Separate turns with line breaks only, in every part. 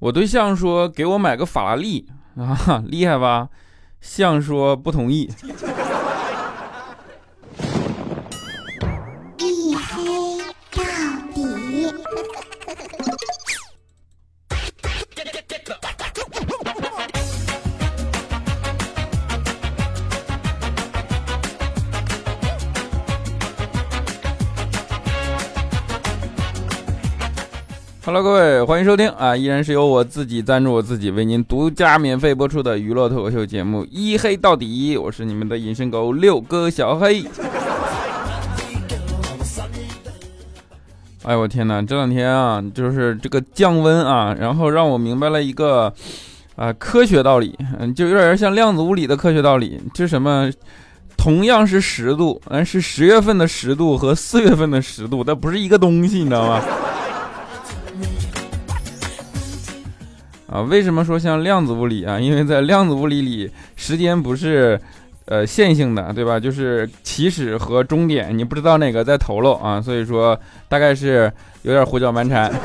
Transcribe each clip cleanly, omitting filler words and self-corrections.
我对象说给我买个法拉利啊，厉害吧？象说不同意。
一黑到底。
Hello， 各位，欢迎收听啊！依然是由我自己赞助我自己，为您独家免费播出的娱乐脱口秀节目《一黑到底》，我是你们的隐身狗六哥小黑。哎，我天哪！这两天啊，就是这个降温啊，然后让我明白了一个科学道理，就有点像量子物理的科学道理，就是什么？同样是10度，但是10月份的10度和4月份的10度，它不是一个东西，你知道吗？为什么说像量子物理啊？因为在量子物理里，时间不是线性的，对吧？就是起始和终点，你不知道哪个在头喽啊，所以说大概是有点胡搅蛮缠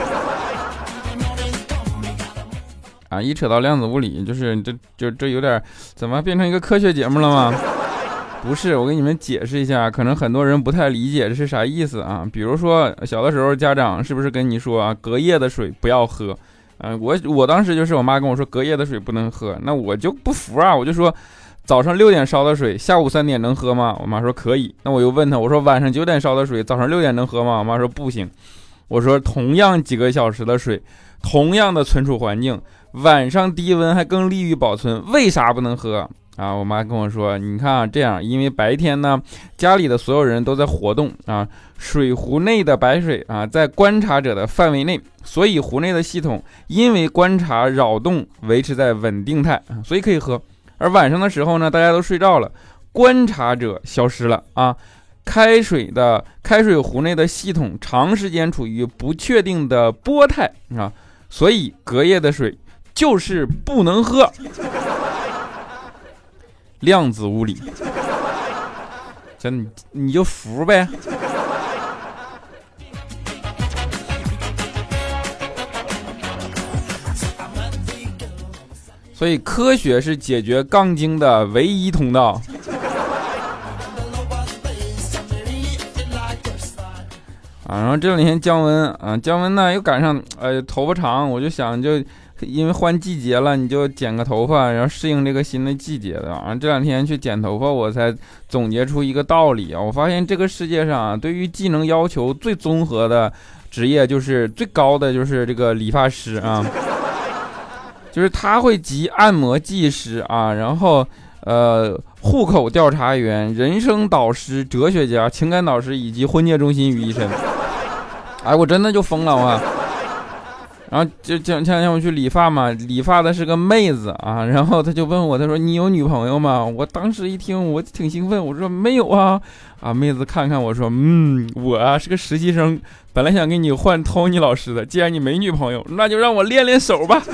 啊。一扯到量子物理，就是这有点怎么变成一个科学节目了吗？不是，我给你们解释一下，可能很多人不太理解这是啥意思啊。比如说小的时候家长是不是跟你说啊，隔夜的水不要喝？我当时就是我妈跟我说隔夜的水不能喝，那我就不服啊，我就说早上6点烧的水，下午3点能喝吗？我妈说可以。那我又问她，我说晚上9点烧的水，早上6点能喝吗？我妈说不行。我说同样几个小时的水，同样的存储环境，晚上低温还更利于保存，为啥不能喝啊？我妈跟我说，你看啊，这样，因为白天呢，家里的所有人都在活动啊，水壶内的白水啊，在观察者的范围内，所以壶内的系统因为观察扰动维持在稳定态，所以可以喝。而晚上的时候呢，大家都睡着了，观察者消失了啊，开水壶内的系统长时间处于不确定的波态啊，所以隔夜的水就是不能喝。量子物理，真你就服呗。所以科学是解决杠精的唯一通道。然后这两天降温啊，降温呢又赶上头发长，我就想就因为换季节了，你就剪个头发，然后适应这个新的季节的啊。这两天去剪头发，我才总结出一个道理啊，我发现这个世界上啊，对于技能要求最综合的职业就是最高的就是这个理发师啊，就是他会集按摩技师啊，然后户口调查员、人生导师、哲学家、情感导师以及婚介中心于一身。哎，我真的就疯了啊！然后就前两天我去理发嘛，理发的是个妹子啊，然后他就问我，他说你有女朋友吗？我当时一听我挺兴奋，我说没有啊。妹子看看我说，我啊是个实习生，本来想给你换 Tony 老师的，既然你没女朋友，那就让我练练手吧。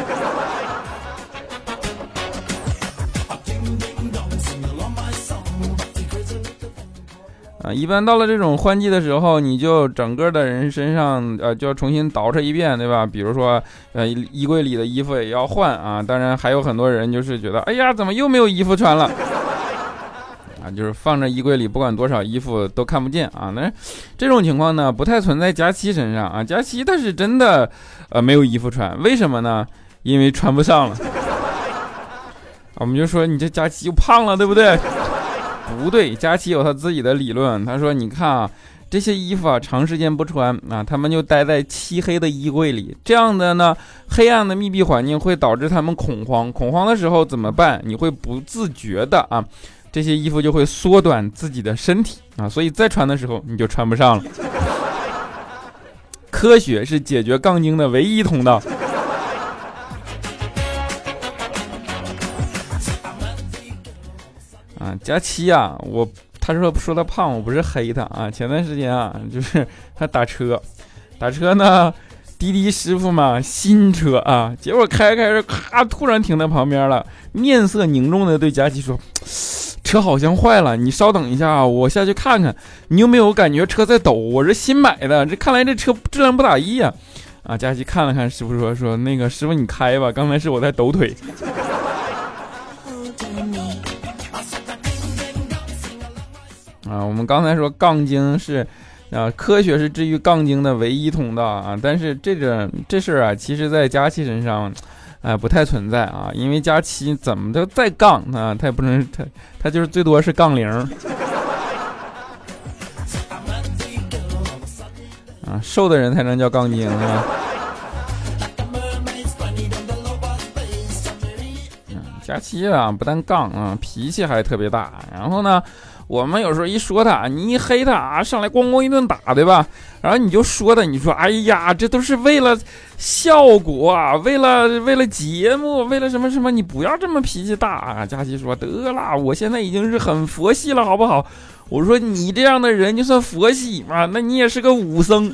一般到了这种换季的时候，你就整个的人身上就要重新捯饬一遍，对吧？比如说衣柜里的衣服也要换啊。当然还有很多人就是觉得，哎呀，怎么又没有衣服穿了啊？就是放着衣柜里不管多少衣服都看不见啊。那这种情况呢不太存在佳期身上啊。佳期他是真的没有衣服穿，为什么呢？因为穿不上了。我们就说你这佳期又胖了，对不对？不对，佳期有他自己的理论。他说你看啊，这些衣服啊长时间不穿啊，他们就待在漆黑的衣柜里，这样的呢黑暗的密闭环境会导致他们恐慌的时候怎么办？你会不自觉的啊，这些衣服就会缩短自己的身体啊，所以再穿的时候你就穿不上了。科学是解决杠精的唯一通道。佳期啊，他说他胖，我不是黑他啊。前段时间啊，就是他打车呢，滴滴师傅嘛，新车啊，结果开着咔，突然停在旁边了，面色凝重的对佳期说：“车好像坏了，你稍等一下啊，我下去看看。你有没有感觉车在抖？我是新买的，这看来这车质量不咋地呀。” 啊，佳琪看了看师傅说那个师傅你开吧，刚才是我在抖腿。啊，我们刚才说杠精是科学是治愈杠精的唯一通道啊，但是这事儿啊，其实在佳琪身上不太存在啊，因为佳琪怎么都再杠啊，他也不能他就是最多是杠零啊，瘦的人才能叫杠精啊。佳琪啊，不但杠啊，脾气还特别大。然后呢，我们有时候一说他，你一黑他啊，上来咣咣一顿打，对吧？然后你就说他，你说哎呀，这都是为了效果啊，为了节目，为了什么什么，你不要这么脾气大啊。佳琪说得了，我现在已经是很佛系了，好不好？我说你这样的人就算佛系吗？那你也是个武僧。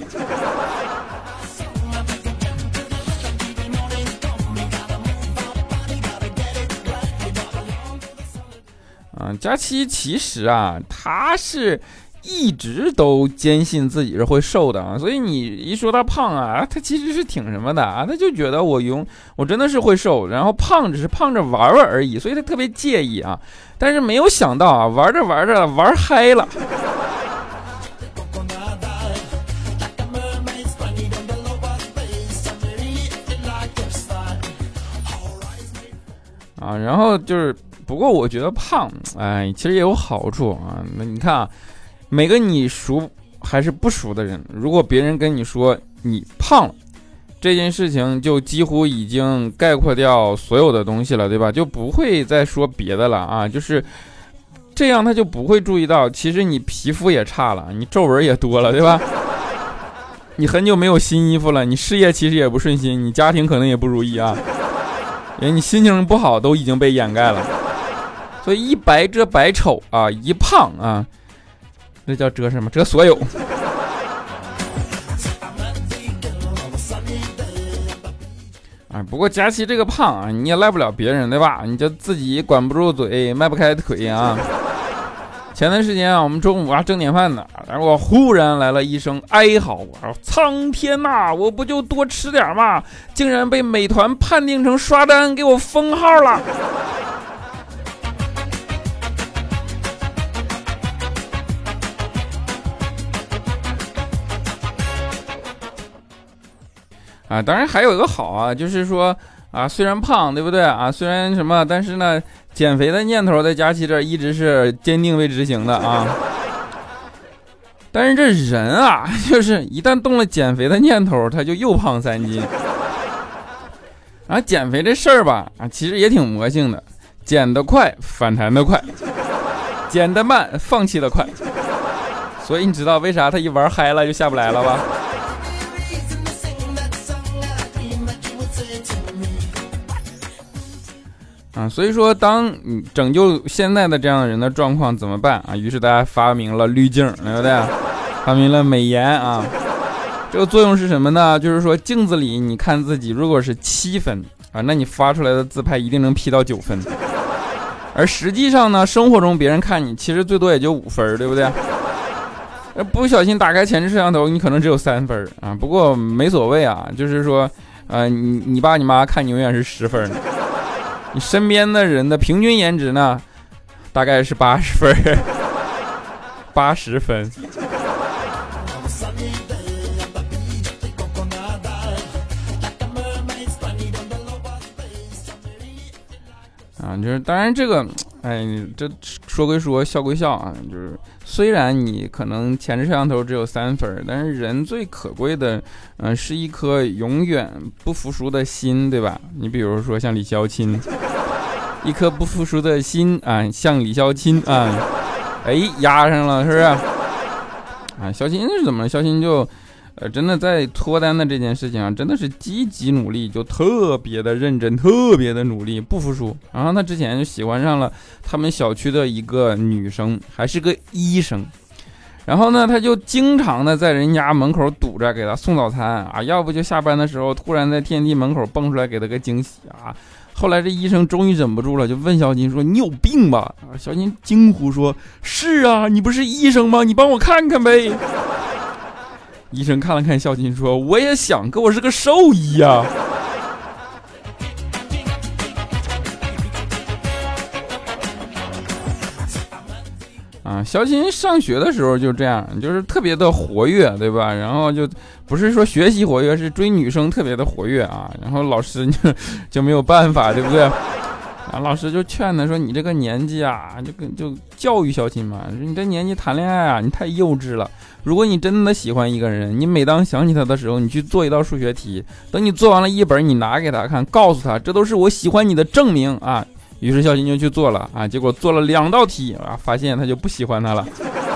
佳琪其实啊，他是一直都坚信自己是会瘦的啊，所以你一说他胖啊，他其实是挺什么的啊，他就觉得我真的是会瘦，然后胖只是胖着玩玩而已，所以他特别介意啊。但是没有想到啊，玩着玩着玩嗨了。啊，然后就是。不过我觉得胖，其实也有好处啊。那你看啊，每个你熟还是不熟的人，如果别人跟你说你胖了，这件事情就几乎已经概括掉所有的东西了，对吧？就不会再说别的了啊。就是这样，他就不会注意到，其实你皮肤也差了，你皱纹也多了，对吧？你很久没有新衣服了，你事业其实也不顺心，你家庭可能也不如意啊，连你心情不好都已经被掩盖了。所以一白遮百丑啊，一胖啊，这叫遮什么？遮所有。不过佳琪这个胖啊，你也赖不了别人，对吧？你就自己管不住嘴，迈不开腿啊。前段时间啊，我们中午正点饭呢，然后忽然来了一声哀嚎，苍天呐，我不就多吃点嘛，竟然被美团判定成刷单，给我封号了。当然还有一个好啊，就是说啊，虽然胖，对不对啊？虽然什么，但是呢，减肥的念头在佳琪这儿一直是坚定未执行的啊。但是这人啊，就是一旦动了减肥的念头，他就又胖3斤。减肥这事儿吧，其实也挺魔性的，减得快，反弹得快；减得慢，放弃得快。所以你知道为啥他一玩嗨了就下不来了吧？所以说当你拯救现在的这样的人的状况怎么办啊？于是大家发明了滤镜，对不对？发明了美颜啊。这个作用是什么呢？就是说镜子里你看自己如果是7分啊，那你发出来的自拍一定能 P 到9分。而实际上呢，生活中别人看你其实最多也就5分，对不对？不小心打开前置摄像头，你可能只有3分啊。不过没所谓啊，就是说你爸你妈看你永远是10分。你身边的人的平均颜值呢，大概是80分，80分。就是当然这个，这说归说，笑归笑啊。就是虽然你可能前置摄像头只有3分，但是人最可贵的，是一颗永远不服输的心，对吧？你比如说像李霄钦，一颗不服输的心啊，像李霄钦啊，压上了，是不是？肖钦是怎么？肖钦就。真的在脱单的这件事情上，真的是积极努力，就特别的认真，特别的努力，不服输。然后他之前就喜欢上了他们小区的一个女生，还是个医生。然后呢，他就经常的在人家门口堵着给他送早餐啊，要不就下班的时候突然在天地门口蹦出来给他个惊喜啊。后来这医生终于忍不住了，就问肖钦说：“你有病吧？”肖钦惊呼说：“是啊，你不是医生吗？你帮我看看呗。” 医生看了看孝钦说，我也想，可我是个兽医呀。孝钦上学的时候就这样，就是特别的活跃，对吧？然后就不是说学习活跃，是追女生特别的活跃啊。然后老师就没有办法，对不对？老师就劝他说：“你这个年纪啊，就教育孝钦嘛，说你这年纪谈恋爱啊，你太幼稚了。如果你真的喜欢一个人，你每当想起他的时候，你去做一道数学题，等你做完了一本，你拿给他看，告诉他这都是我喜欢你的证明啊。”于是孝钦就去做了啊，结果做了2道题啊，发现他就不喜欢他了。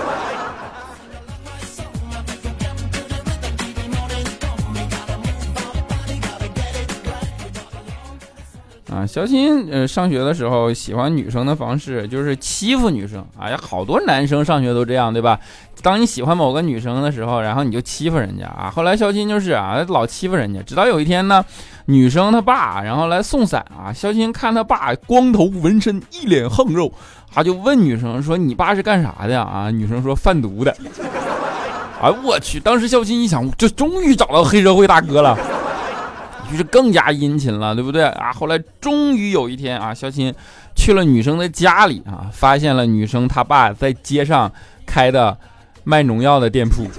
孝钦上学的时候喜欢女生的方式就是欺负女生。哎呀，好多男生上学都这样，对吧？当你喜欢某个女生的时候，然后你就欺负人家啊。后来孝钦就是老欺负人家，直到有一天呢，女生他爸然后来送伞啊，孝钦看他爸光头纹身，一脸横肉，就问女生说：“你爸是干啥的啊？”女生说：“贩毒的。”我去！当时孝钦一想，这终于找到黑社会大哥了。于是更加殷勤了，对不对啊？后来终于有一天啊，孝钦去了女生的家里啊，发现了女生她爸在街上开的卖农药的店铺。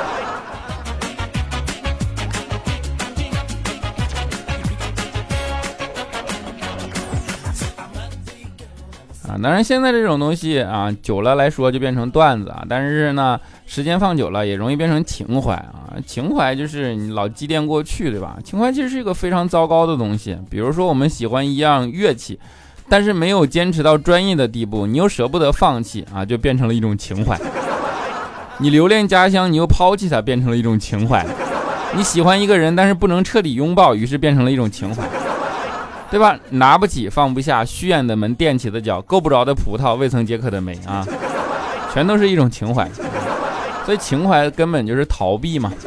当然现在这种东西啊，久了来说就变成段子啊，但是呢，时间放久了也容易变成情怀啊。情怀就是你老积淀过去，对吧？情怀其实是一个非常糟糕的东西。比如说我们喜欢一样乐器，但是没有坚持到专业的地步，你又舍不得放弃啊，就变成了一种情怀。你留恋家乡，你又抛弃它，变成了一种情怀。你喜欢一个人，但是不能彻底拥抱，于是变成了一种情怀。对吧？拿不起放不下，虚掩的门踮起的脚，够不着的葡萄未曾解渴的梅啊，全都是一种情怀。所以情怀根本就是逃避嘛。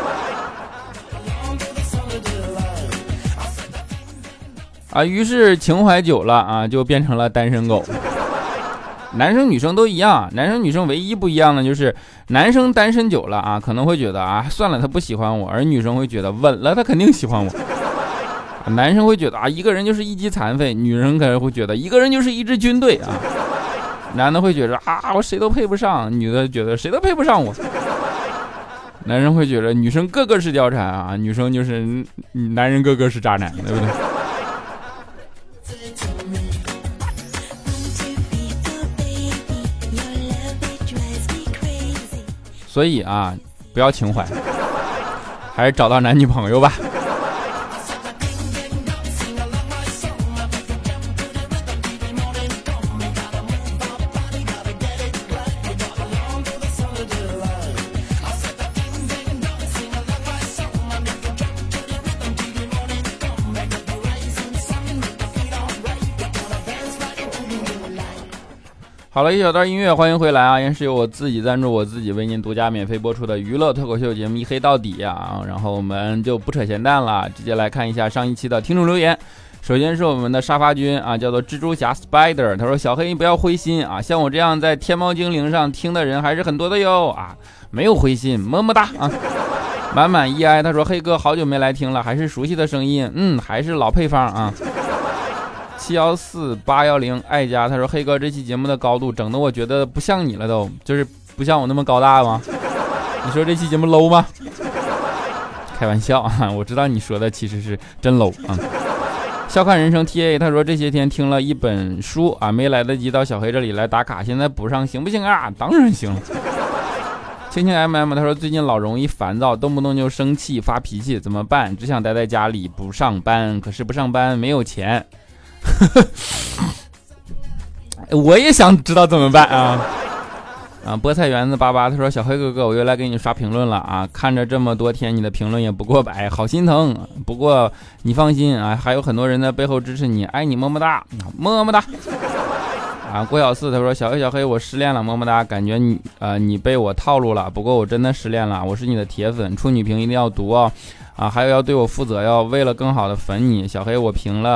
于是情怀久了啊，就变成了单身狗。男生女生都一样，男生女生唯一不一样的就是男生单身久了啊，可能会觉得算了，他不喜欢我，而女生会觉得稳了，他肯定喜欢我。男生会觉得一个人就是一级残废，女人可能会觉得一个人就是一支军队啊。男的会觉得我谁都配不上，女的觉得谁都配不上我。男生会觉得女生个个是貂蝉啊，女生就是男人个个是渣男，对不对？所以不要情怀，还是找到男女朋友吧。好了，一小段音乐，欢迎回来啊！也是由我自己赞助，我自己为您独家免费播出的娱乐脱口秀节目《一黑到底》啊！然后我们就不扯闲淡了，直接来看一下上一期的听众留言。首先是我们的沙发君啊，叫做蜘蛛侠 Spider， 他说：“小黑你不要灰心啊，像我这样在天猫精灵上听的人还是很多的哟啊，没有灰心，么么哒啊！”满满意哀他说：“黑哥好久没来听了，还是熟悉的声音，还是老配方啊。714810爱家他说：“黑哥这期节目的高度整得我觉得不像你了，都就是不像我那么高大吗？你说这期节目 low 吗？开玩笑啊，我知道你说的其实是真 low 啊。”笑看人生 TA 他说：“这些天听了一本书啊，没来得及到小黑这里来打卡，现在补上行不行啊？当然行了。”青青 MM 他说：“最近老容易烦躁，动不动就生气发脾气，怎么办？只想待在家里不上班，可是不上班没有钱。”我也想知道怎么办啊！菠菜园子88他说：“小黑哥哥，我又来给你刷评论了啊！看着这么多天你的评论也不过百，好心疼。不过你放心啊，还有很多人在背后支持你，爱你么么哒，么么哒。”郭小四他说：“小黑，我失恋了，么么哒，感觉你被我套路了，不过我真的失恋了，我是你的铁粉，处女评一定要读哦，还有要对我负责，要为了更好的粉你，小黑我评了。”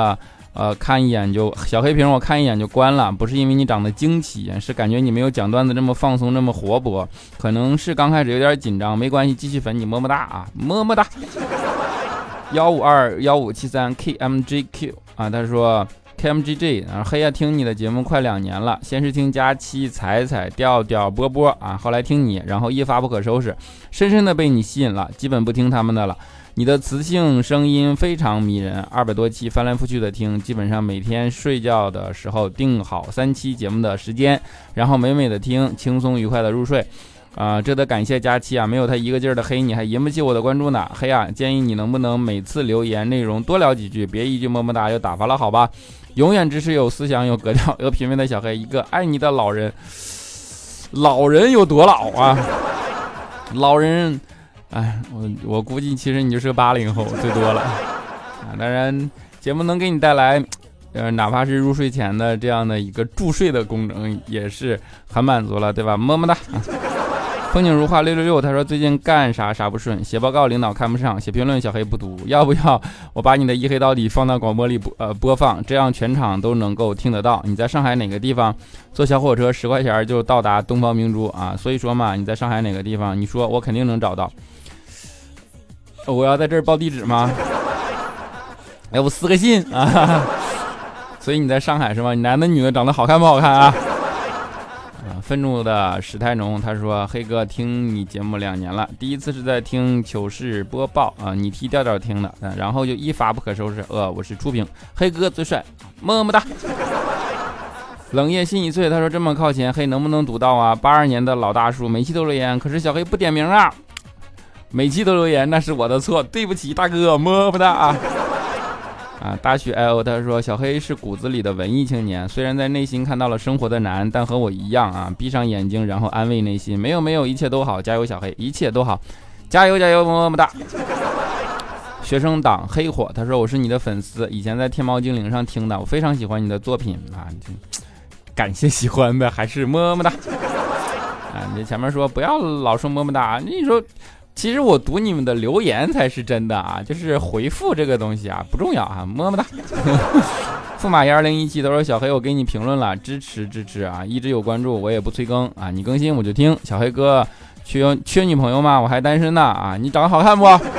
看一眼就小黑屏，我看一眼就关了，不是因为你长得惊奇，是感觉你没有讲段子这么放松，这么活泼，可能是刚开始有点紧张，没关系，继续粉你，么么哒啊，么么哒。1521573 KMGQ 啊，他说 KMGG 啊，黑呀，听你的节目快2年了，先是听佳期、彩彩、调调、波波啊，后来听你，然后一发不可收拾，深深的被你吸引了，基本不听他们的了。你的磁性声音非常迷人，200多期翻来覆去的听，基本上每天睡觉的时候定好3期节目的时间，然后美美的听，轻松愉快的入睡。这得感谢佳期啊，没有他一个劲儿的黑你，还引不起我的关注呢。黑啊，建议你能不能每次留言内容多聊几句，别一句么么哒就打发了，好吧？永远支持有思想、有格调、有品味的小黑，一个爱你的老人。老人有多老啊？老人。哎，我估计其实你就是个80后最多了啊！当然，节目能给你带来，哪怕是入睡前的这样的一个助睡的功能，也是很满足了，对吧？么么哒！风景如画666，他说最近干啥不顺，写报告领导看不上，写评论小黑不读，要不要我把你的一黑到底放到广播里播放，这样全场都能够听得到？你在上海哪个地方？坐小火车10块钱就到达东方明珠啊！所以说嘛，你在上海哪个地方？你说我肯定能找到。我要在这儿报地址吗？要不私个信啊？所以你在上海是吗？你男的女的长得好看不好看啊？愤怒的史泰农他说，黑哥听你节目2年了，第一次是在听糗事播报啊，你替调调听的，然后就一发不可收拾。我是初评，黑哥最帅，么么哒。冷夜心已碎他说，这么靠前，黑能不能读到啊？82年的老大叔每期都留言，可是小黑不点名啊。每期都留言，那是我的错，对不起大哥，么么哒啊！大许 IO 他说，小黑是骨子里的文艺青年，虽然在内心看到了生活的难，但和我一样啊，闭上眼睛然后安慰内心，没有，一切都好，加油小黑，一切都好，加油，么么哒！学生党黑火他说，我是你的粉丝，以前在天猫精灵上听的，我非常喜欢你的作品啊，感谢喜欢的，还是么么哒啊！你前面说不要老说么么哒，你说。其实我读你们的留言才是真的啊，就是回复这个东西啊不重要啊，么么哒。驸马爷2017都说，小黑我给你评论了，支持啊，一直有关注，我也不催更啊，你更新我就听。小黑哥缺女朋友吗？我还单身呢啊，你长得好看不？啊，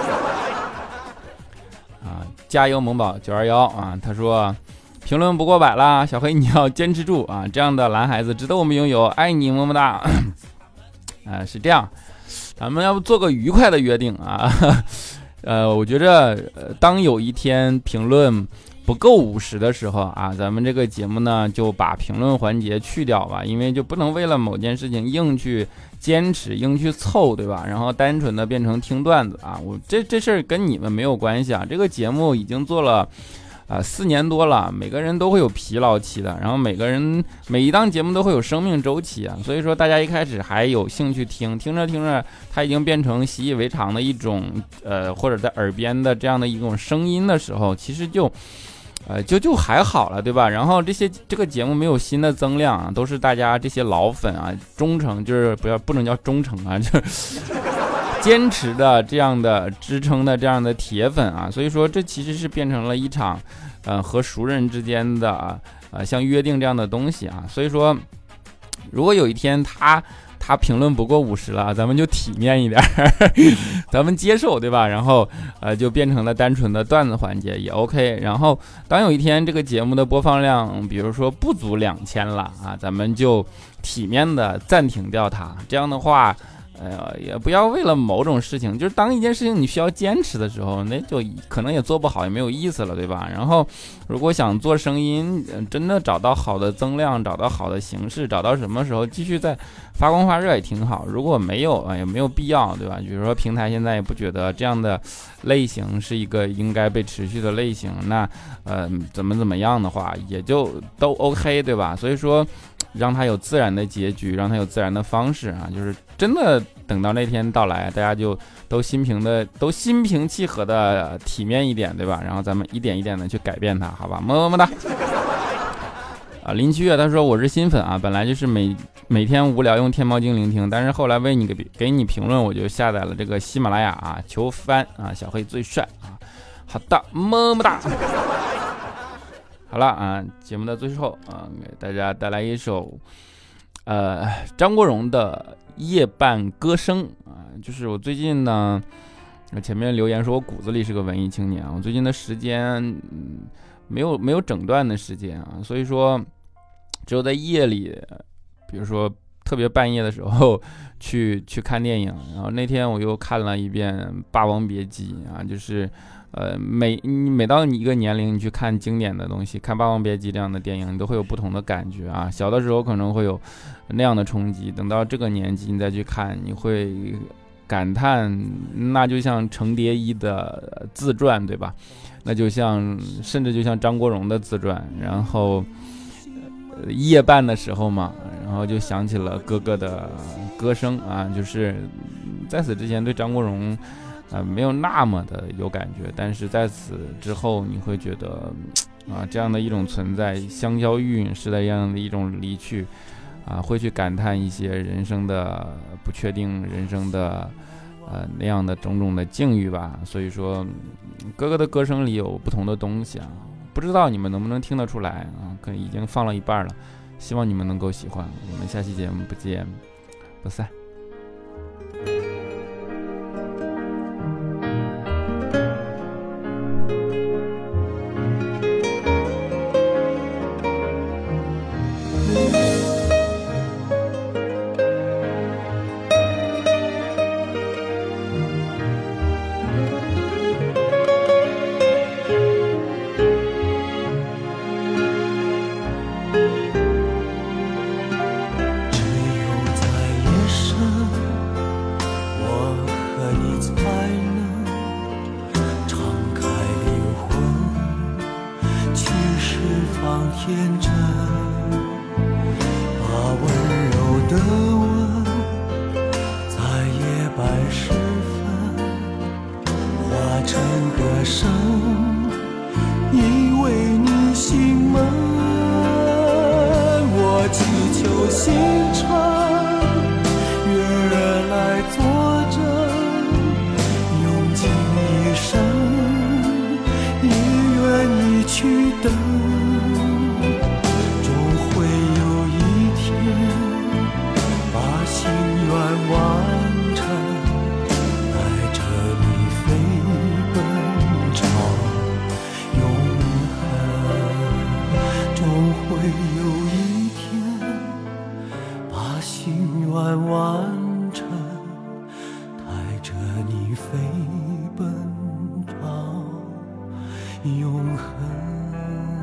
加油萌宝921啊，他说评论不过100啦，小黑你要坚持住啊，这样的男孩子值得我们拥有，爱你么么哒。是这样。咱们要不做个愉快的约定啊？我觉着，当有一天评论不够50的时候啊，咱们这个节目呢就把评论环节去掉吧，因为就不能为了某件事情硬去坚持、硬去凑，对吧？然后单纯的变成听段子啊，这事儿跟你们没有关系啊。这个节目已经做了。4年多了，每个人都会有疲劳期的，然后每一档节目都会有生命周期啊，所以说大家一开始还有兴趣听着，它已经变成习以为常的一种或者在耳边的这样的一种声音的时候，其实就还好了，对吧？然后这个节目没有新的增量啊，都是大家这些老粉啊，忠诚就是不能叫忠诚啊，就是坚持的这样的支撑的这样的铁粉啊，所以说这其实是变成了一场和熟人之间的像约定这样的东西啊，所以说如果有一天他评论不过50了，咱们就体面一点咱们接受，对吧？然后就变成了单纯的段子环节也 OK。然后当有一天这个节目的播放量比如说不足2000了啊，咱们就体面的暂停掉它，这样的话也不要为了某种事情，就是当一件事情你需要坚持的时候，那就可能也做不好，也没有意思了，对吧？然后如果想做声音，真的找到好的增量，找到好的形式，找到什么时候继续再发光发热也挺好。如果没有也没有必要，对吧？比如说平台现在也不觉得这样的类型是一个应该被持续的类型，那怎么样的话也就都 OK， 对吧？所以说让它有自然的结局，让它有自然的方式啊，就是真的等到那天到来，大家就都心平气和的体面一点，对吧？然后咱们一点一点的去改变它，好吧？么么哒。林七月他说，我是新粉啊，本来就是每天无聊用天猫精灵听，但是后来为你给你评论，我就下载了这个喜马拉雅啊，求翻啊，小黑最帅啊。好的，么么哒。 好了啊，节目的最后啊，给大家带来一首张国荣的《夜半歌声》啊，就是我最近呢，前面留言说我骨子里是个文艺青年啊，我最近的时间没有整段的时间啊，所以说只有在夜里，比如说特别半夜的时候去看电影，然后那天我又看了一遍《霸王别姬》啊，就是每到你一个年龄，你去看经典的东西，看《霸王别姬》这样的电影，你都会有不同的感觉啊。小的时候可能会有那样的冲击，等到这个年纪你再去看，你会感叹，那就像程蝶衣的自传，对吧？那就像甚至就像张国荣的自传，然后夜半的时候嘛，然后就想起了哥哥的歌声啊，就是在此之前对张国荣没有那么的有感觉，但是在此之后你会觉得这样的一种存在，香消玉殒式的这样的一种离去会去感叹一些人生的不确定，人生的那样的种种的境遇吧。所以说哥哥的歌声里有不同的东西啊，不知道你们能不能听得出来啊？可能已经放了一半了，希望你们能够喜欢。我们下期节目不见不散。
天真，把温柔的吻在夜半时分化成歌声，因为你心门，我祈求星辰月儿来作证，用尽一生也愿意去等，完成，带着你飞奔朝永恒，终会有一天把心愿完成，带着你飞奔朝永恒。